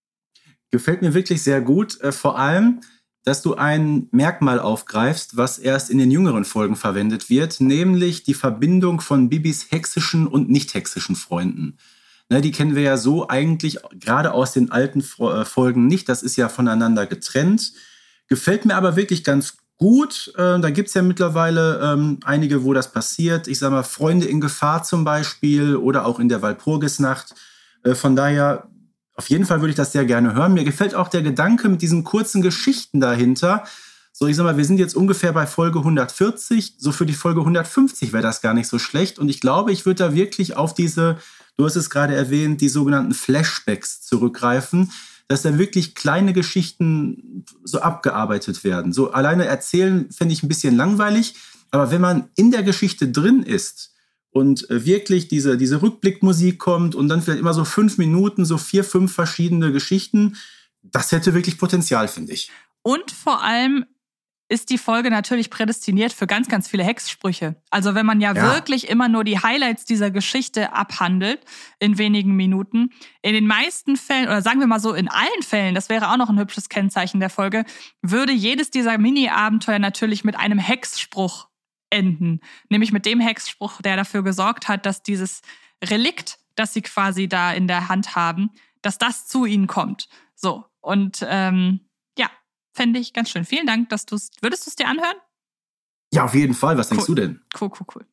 Gefällt mir wirklich sehr gut. Vor allem, dass du ein Merkmal aufgreifst, was erst in den jüngeren Folgen verwendet wird, nämlich die Verbindung von Bibis hexischen und nicht hexischen Freunden. Die kennen wir ja so eigentlich gerade aus den alten Folgen nicht. Das ist ja voneinander getrennt. Gefällt mir aber wirklich ganz gut. Da gibt es ja mittlerweile einige, wo das passiert. Ich sage mal, Freunde in Gefahr zum Beispiel oder auch in der Walpurgisnacht. Von daher, auf jeden Fall würde ich das sehr gerne hören. Mir gefällt auch der Gedanke mit diesen kurzen Geschichten dahinter. So, ich sag mal, wir sind jetzt ungefähr bei Folge 140. So für die Folge 150 wäre das gar nicht so schlecht. Und ich glaube, ich würde da wirklich auf diese, du hast es gerade erwähnt, die sogenannten Flashbacks zurückgreifen, dass da wirklich kleine Geschichten so abgearbeitet werden. So alleine erzählen fände ich ein bisschen langweilig. Aber wenn man in der Geschichte drin ist und wirklich diese Rückblickmusik kommt und dann vielleicht immer so 5 Minuten, so 4, 5 verschiedene Geschichten, das hätte wirklich Potenzial, finde ich. Und vor allem ist die Folge natürlich prädestiniert für ganz, ganz viele Hexsprüche. Also wenn man ja wirklich immer nur die Highlights dieser Geschichte abhandelt in wenigen Minuten, in den meisten Fällen, oder sagen wir mal so in allen Fällen, das wäre auch noch ein hübsches Kennzeichen der Folge, würde jedes dieser Mini-Abenteuer natürlich mit einem Hexspruch enden. Nämlich mit dem Hexspruch, der dafür gesorgt hat, dass dieses Relikt, das sie quasi da in der Hand haben, dass das zu ihnen kommt. So, und fände ich ganz schön. Vielen Dank, würdest du es dir anhören? Ja, auf jeden Fall. Was denkst du denn? Cool.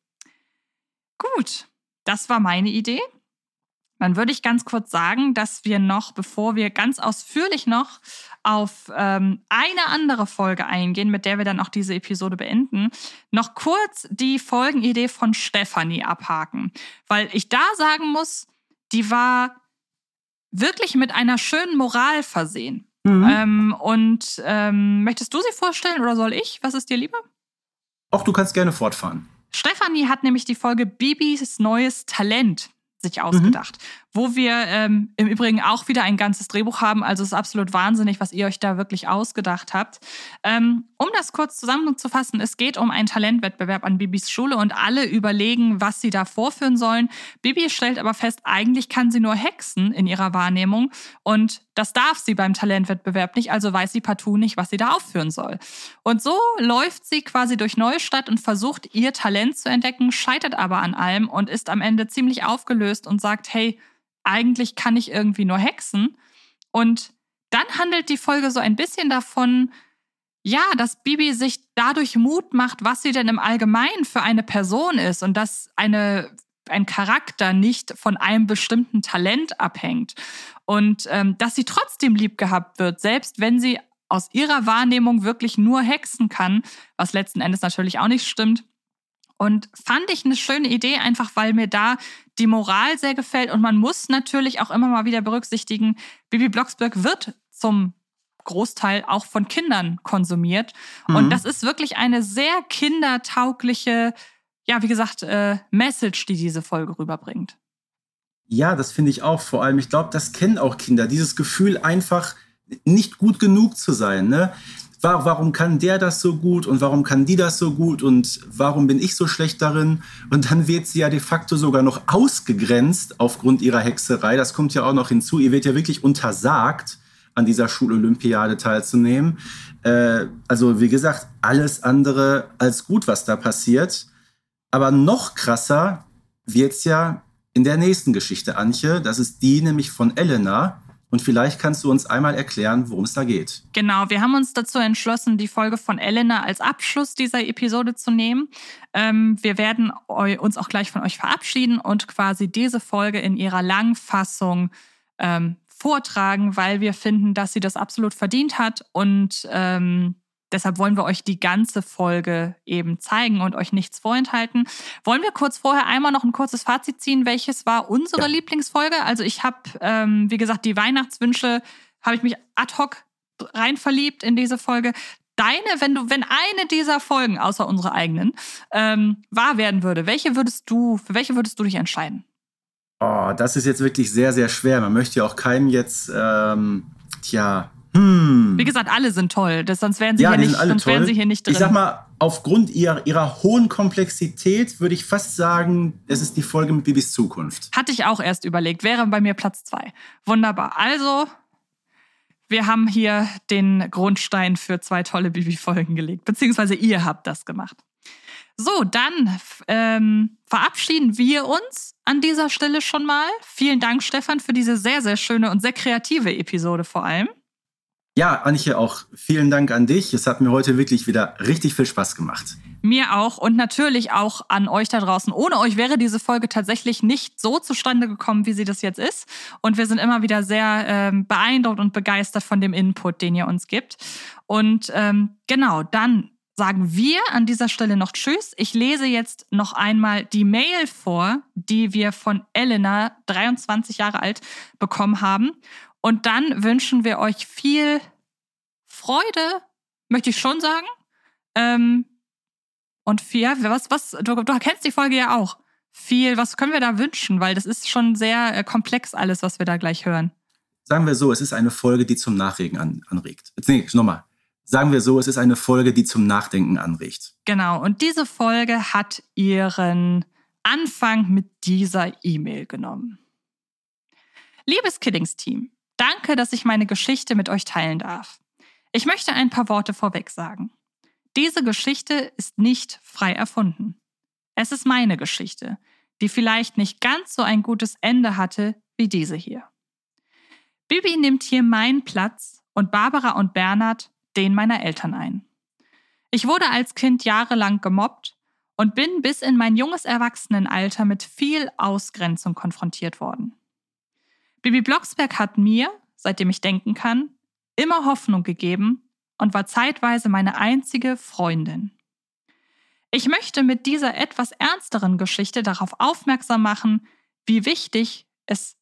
Gut, das war meine Idee. Dann würde ich ganz kurz sagen, dass wir noch, bevor wir ganz ausführlich noch auf eine andere Folge eingehen, mit der wir dann auch diese Episode beenden, noch kurz die Folgenidee von Stefanie abhaken. Weil ich da sagen muss, die war wirklich mit einer schönen Moral versehen. Möchtest du sie vorstellen oder soll ich? Was ist dir lieber? Auch du kannst gerne fortfahren. Stefanie hat nämlich die Folge Bibis neues Talent sich ausgedacht, wo wir im Übrigen auch wieder ein ganzes Drehbuch haben. Also es ist absolut wahnsinnig, was ihr euch da wirklich ausgedacht habt. Um das kurz zusammenzufassen, es geht um einen Talentwettbewerb an Bibis Schule und alle überlegen, was sie da vorführen sollen. Bibi stellt aber fest, eigentlich kann sie nur hexen in ihrer Wahrnehmung und das darf sie beim Talentwettbewerb nicht, also weiß sie partout nicht, was sie da aufführen soll. Und so läuft sie quasi durch Neustadt und versucht, ihr Talent zu entdecken, scheitert aber an allem und ist am Ende ziemlich aufgelöst und sagt, hey, eigentlich kann ich irgendwie nur hexen. Und dann handelt die Folge so ein bisschen davon, ja, dass Bibi sich dadurch Mut macht, was sie denn im Allgemeinen für eine Person ist und dass ein Charakter nicht von einem bestimmten Talent abhängt. Und dass sie trotzdem lieb gehabt wird, selbst wenn sie aus ihrer Wahrnehmung wirklich nur hexen kann, was letzten Endes natürlich auch nicht stimmt. Und fand ich eine schöne Idee, einfach weil mir da die Moral sehr gefällt. Und man muss natürlich auch immer mal wieder berücksichtigen, Bibi Blocksberg wird zum Großteil auch von Kindern konsumiert. Und das ist wirklich eine sehr kindertaugliche, ja, wie gesagt, Message, die diese Folge rüberbringt. Ja, das finde ich auch. Vor allem, ich glaube, das kennen auch Kinder. Dieses Gefühl, einfach nicht gut genug zu sein, ne? Warum kann der das so gut und warum kann die das so gut und warum bin ich so schlecht darin? Und dann wird sie ja de facto sogar noch ausgegrenzt aufgrund ihrer Hexerei. Das kommt ja auch noch hinzu. Ihr wird ja wirklich untersagt, an dieser Schulolympiade teilzunehmen. Also wie gesagt, alles andere als gut, was da passiert. Aber noch krasser wird's ja in der nächsten Geschichte, Antje. Das ist die nämlich von Elena. Und vielleicht kannst du uns einmal erklären, worum es da geht. Genau, wir haben uns dazu entschlossen, die Folge von Elena als Abschluss dieser Episode zu nehmen. Wir werden uns auch gleich von euch verabschieden und quasi diese Folge in ihrer Langfassung vortragen, weil wir finden, dass sie das absolut verdient hat. Und deshalb wollen wir euch die ganze Folge eben zeigen und euch nichts vorenthalten. Wollen wir kurz vorher einmal noch ein kurzes Fazit ziehen? Welches war unsere Lieblingsfolge? Also ich habe, wie gesagt, die Weihnachtswünsche, habe ich mich ad hoc rein verliebt in diese Folge. Deine, wenn eine dieser Folgen, außer unsere eigenen, wahr werden würde, für welche würdest du dich entscheiden? Oh, das ist jetzt wirklich sehr, sehr schwer. Man möchte ja auch keinem jetzt, Wie gesagt, alle sind toll, sonst wären sie hier nicht drin. Ich sag mal, aufgrund ihrer hohen Komplexität würde ich fast sagen, es ist die Folge mit Bibis Zukunft. Hatte ich auch erst überlegt, wäre bei mir Platz 2. Wunderbar. Also, wir haben hier den Grundstein für 2 tolle Bibi-Folgen gelegt, beziehungsweise ihr habt das gemacht. So, dann verabschieden wir uns an dieser Stelle schon mal. Vielen Dank, Stefan, für diese sehr, sehr schöne und sehr kreative Episode vor allem. Ja, Antje, auch vielen Dank an dich. Es hat mir heute wirklich wieder richtig viel Spaß gemacht. Mir auch und natürlich auch an euch da draußen. Ohne euch wäre diese Folge tatsächlich nicht so zustande gekommen, wie sie das jetzt ist. Und wir sind immer wieder sehr beeindruckt und begeistert von dem Input, den ihr uns gibt. Und genau, dann sagen wir an dieser Stelle noch Tschüss. Ich lese jetzt noch einmal die Mail vor, die wir von Elena, 23 Jahre alt, bekommen haben. Und dann wünschen wir euch viel Freude, möchte ich schon sagen. Und viel, du kennst die Folge ja auch. Was können wir da wünschen? Weil das ist schon sehr komplex alles, was wir da gleich hören. Sagen wir so, es ist eine Folge, die zum Nachregen anregt. Nochmal. Sagen wir so, es ist eine Folge, die zum Nachdenken anregt. Genau, und diese Folge hat ihren Anfang mit dieser E-Mail genommen. Liebes Kiddings-Team, danke, dass ich meine Geschichte mit euch teilen darf. Ich möchte ein paar Worte vorweg sagen. Diese Geschichte ist nicht frei erfunden. Es ist meine Geschichte, die vielleicht nicht ganz so ein gutes Ende hatte wie diese hier. Bibi nimmt hier meinen Platz und Barbara und Bernhard den meiner Eltern ein. Ich wurde als Kind jahrelang gemobbt und bin bis in mein junges Erwachsenenalter mit viel Ausgrenzung konfrontiert worden. Bibi Blocksberg hat mir, seitdem ich denken kann, immer Hoffnung gegeben und war zeitweise meine einzige Freundin. Ich möchte mit dieser etwas ernsteren Geschichte darauf aufmerksam machen, wie wichtig es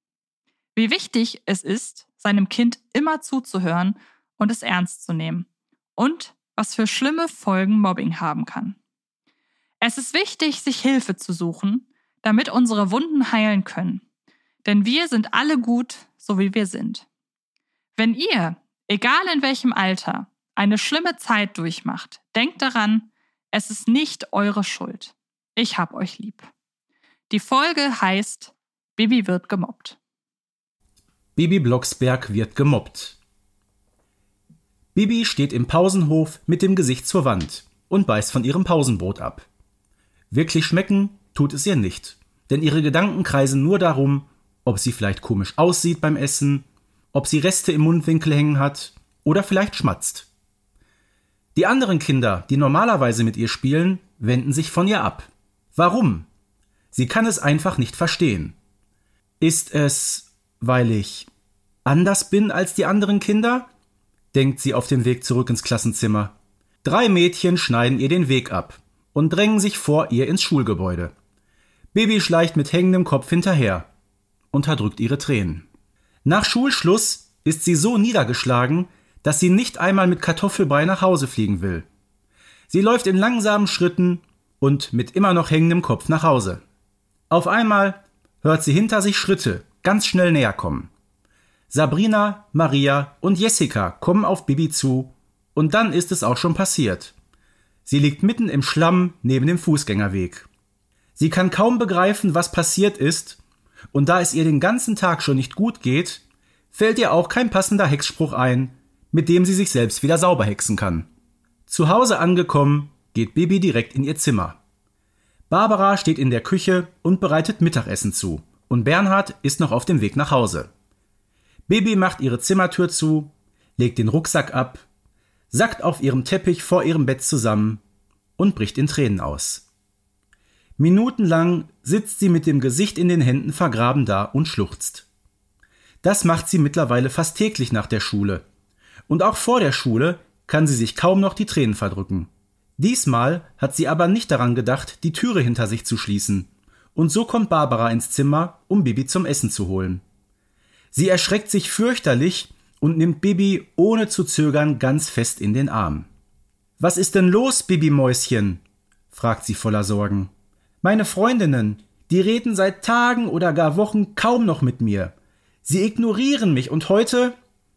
ist, seinem Kind immer zuzuhören und es ernst zu nehmen und was für schlimme Folgen Mobbing haben kann. Es ist wichtig, sich Hilfe zu suchen, damit unsere Wunden heilen können. Denn wir sind alle gut, so wie wir sind. Wenn ihr, egal in welchem Alter, eine schlimme Zeit durchmacht, denkt daran, es ist nicht eure Schuld. Ich hab euch lieb. Die Folge heißt Bibi wird gemobbt. Bibi Blocksberg wird gemobbt. Bibi steht im Pausenhof mit dem Gesicht zur Wand und beißt von ihrem Pausenbrot ab. Wirklich schmecken tut es ihr nicht, denn ihre Gedanken kreisen nur darum, ob sie vielleicht komisch aussieht beim Essen, ob sie Reste im Mundwinkel hängen hat oder vielleicht schmatzt. Die anderen Kinder, die normalerweise mit ihr spielen, wenden sich von ihr ab. Warum? Sie kann es einfach nicht verstehen. Ist es, weil ich anders bin als die anderen Kinder? Denkt sie auf dem Weg zurück ins Klassenzimmer. 3 Mädchen schneiden ihr den Weg ab und drängen sich vor ihr ins Schulgebäude. Bibi schleicht mit hängendem Kopf hinterher, unterdrückt ihre Tränen. Nach Schulschluss ist sie so niedergeschlagen, dass sie nicht einmal mit Kartoffelbrei nach Hause fliegen will. Sie läuft in langsamen Schritten und mit immer noch hängendem Kopf nach Hause. Auf einmal hört sie hinter sich Schritte ganz schnell näher kommen. Sabrina, Maria und Jessica kommen auf Bibi zu und dann ist es auch schon passiert. Sie liegt mitten im Schlamm neben dem Fußgängerweg. Sie kann kaum begreifen, was passiert ist, und da es ihr den ganzen Tag schon nicht gut geht, fällt ihr auch kein passender Hexspruch ein, mit dem sie sich selbst wieder sauber hexen kann. Zu Hause angekommen, geht Bibi direkt in ihr Zimmer. Barbara steht in der Küche und bereitet Mittagessen zu, und Bernhard ist noch auf dem Weg nach Hause. Bibi macht ihre Zimmertür zu, legt den Rucksack ab, sackt auf ihrem Teppich vor ihrem Bett zusammen und bricht in Tränen aus. Minutenlang sitzt sie mit dem Gesicht in den Händen vergraben da und schluchzt. Das macht sie mittlerweile fast täglich nach der Schule. Und auch vor der Schule kann sie sich kaum noch die Tränen verdrücken. Diesmal hat sie aber nicht daran gedacht, die Türe hinter sich zu schließen. Und so kommt Barbara ins Zimmer, um Bibi zum Essen zu holen. Sie erschreckt sich fürchterlich und nimmt Bibi ohne zu zögern ganz fest in den Arm. »Was ist denn los, Bibi-Mäuschen?« fragt sie voller Sorgen. »Meine Freundinnen, die reden seit Tagen oder gar Wochen kaum noch mit mir. Sie ignorieren mich und heute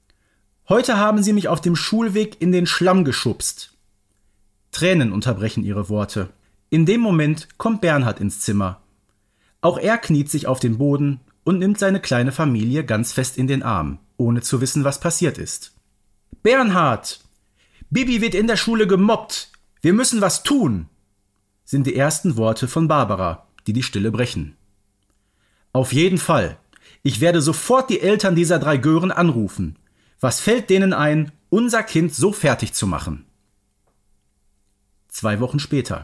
haben sie mich auf dem Schulweg in den Schlamm geschubst.« Tränen unterbrechen ihre Worte. In dem Moment kommt Bernhard ins Zimmer. Auch er kniet sich auf den Boden und nimmt seine kleine Familie ganz fest in den Arm, ohne zu wissen, was passiert ist. »Bernhard! Bibi wird in der Schule gemobbt! Wir müssen was tun!« sind die ersten Worte von Barbara, die die Stille brechen. »Auf jeden Fall. Ich werde sofort die Eltern dieser 3 Gören anrufen. Was fällt denen ein, unser Kind so fertig zu machen?« 2 Wochen später.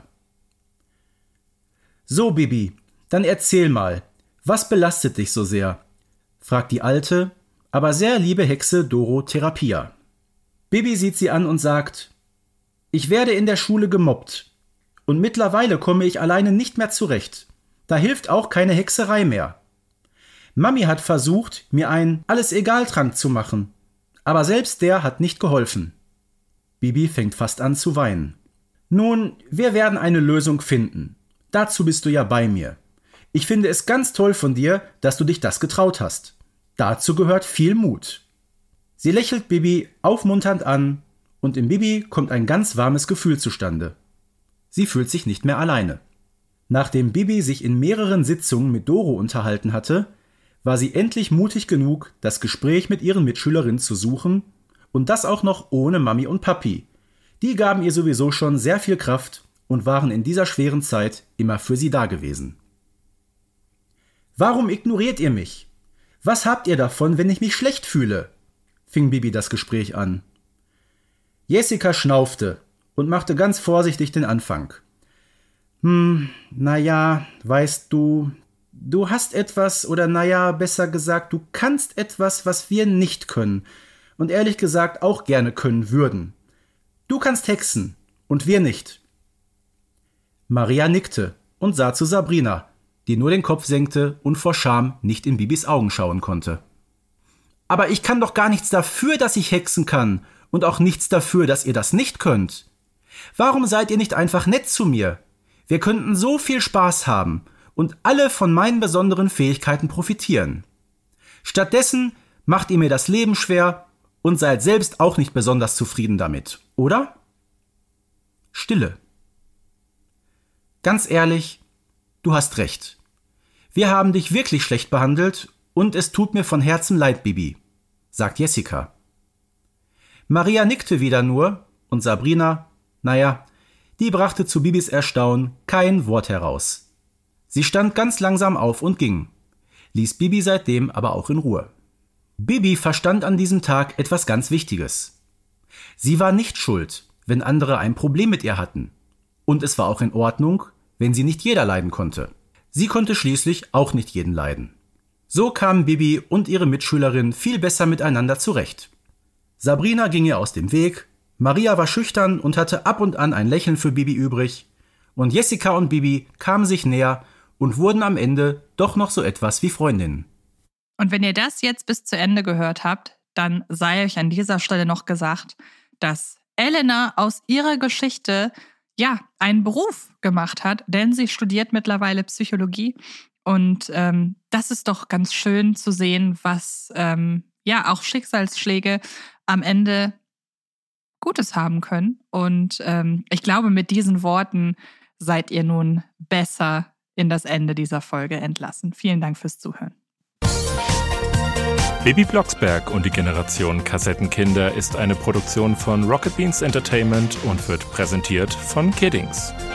»So, Bibi, dann erzähl mal, was belastet dich so sehr?« fragt die alte, aber sehr liebe Hexe Dorothea. Bibi sieht sie an und sagt: »Ich werde in der Schule gemobbt. Und mittlerweile komme ich alleine nicht mehr zurecht. Da hilft auch keine Hexerei mehr. Mami hat versucht, mir einen Alles-Egal-Trank zu machen. Aber selbst der hat nicht geholfen.« Bibi fängt fast an zu weinen. »Nun, wir werden eine Lösung finden. Dazu bist du ja bei mir. Ich finde es ganz toll von dir, dass du dich das getraut hast. Dazu gehört viel Mut.« Sie lächelt Bibi aufmunternd an und in Bibi kommt ein ganz warmes Gefühl zustande. Sie fühlt sich nicht mehr alleine. Nachdem Bibi sich in mehreren Sitzungen mit Doro unterhalten hatte, war sie endlich mutig genug, das Gespräch mit ihren Mitschülerinnen zu suchen, und das auch noch ohne Mami und Papi. Die gaben ihr sowieso schon sehr viel Kraft und waren in dieser schweren Zeit immer für sie da gewesen. »Warum ignoriert ihr mich? Was habt ihr davon, wenn ich mich schlecht fühle?« fing Bibi das Gespräch an. Jessica schnaufte und machte ganz vorsichtig den Anfang. Weißt du, du hast etwas oder besser gesagt, du kannst etwas, was wir nicht können und ehrlich gesagt auch gerne können würden. Du kannst hexen und wir nicht. Maria nickte und sah zu Sabrina, die nur den Kopf senkte und vor Scham nicht in Bibis Augen schauen konnte. Aber ich kann doch gar nichts dafür, dass ich hexen kann und auch nichts dafür, dass ihr das nicht könnt. Warum seid ihr nicht einfach nett zu mir? Wir könnten so viel Spaß haben und alle von meinen besonderen Fähigkeiten profitieren. Stattdessen macht ihr mir das Leben schwer und seid selbst auch nicht besonders zufrieden damit, oder? Stille. Ganz ehrlich, du hast recht. Wir haben dich wirklich schlecht behandelt und es tut mir von Herzen leid, Bibi, sagt Jessica. Maria nickte wieder nur und Sabrina, die brachte zu Bibis Erstaunen kein Wort heraus. Sie stand ganz langsam auf und ging, ließ Bibi seitdem aber auch in Ruhe. Bibi verstand an diesem Tag etwas ganz Wichtiges. Sie war nicht schuld, wenn andere ein Problem mit ihr hatten. Und es war auch in Ordnung, wenn sie nicht jeder leiden konnte. Sie konnte schließlich auch nicht jeden leiden. So kamen Bibi und ihre Mitschülerin viel besser miteinander zurecht. Sabrina ging ihr aus dem Weg, Maria war schüchtern und hatte ab und an ein Lächeln für Bibi übrig, und Jessica und Bibi kamen sich näher und wurden am Ende doch noch so etwas wie Freundinnen. Und wenn ihr das jetzt bis zu Ende gehört habt, dann sei euch an dieser Stelle noch gesagt, dass Elena aus ihrer Geschichte einen Beruf gemacht hat, denn sie studiert mittlerweile Psychologie. Und das ist doch ganz schön zu sehen, was auch Schicksalsschläge am Ende Gutes haben können. Und ich glaube, mit diesen Worten seid ihr nun besser in das Ende dieser Folge entlassen. Vielen Dank fürs Zuhören. Bibi Blocksberg und die Generation Kassettenkinder ist eine Produktion von Rocket Beans Entertainment und wird präsentiert von Kiddings.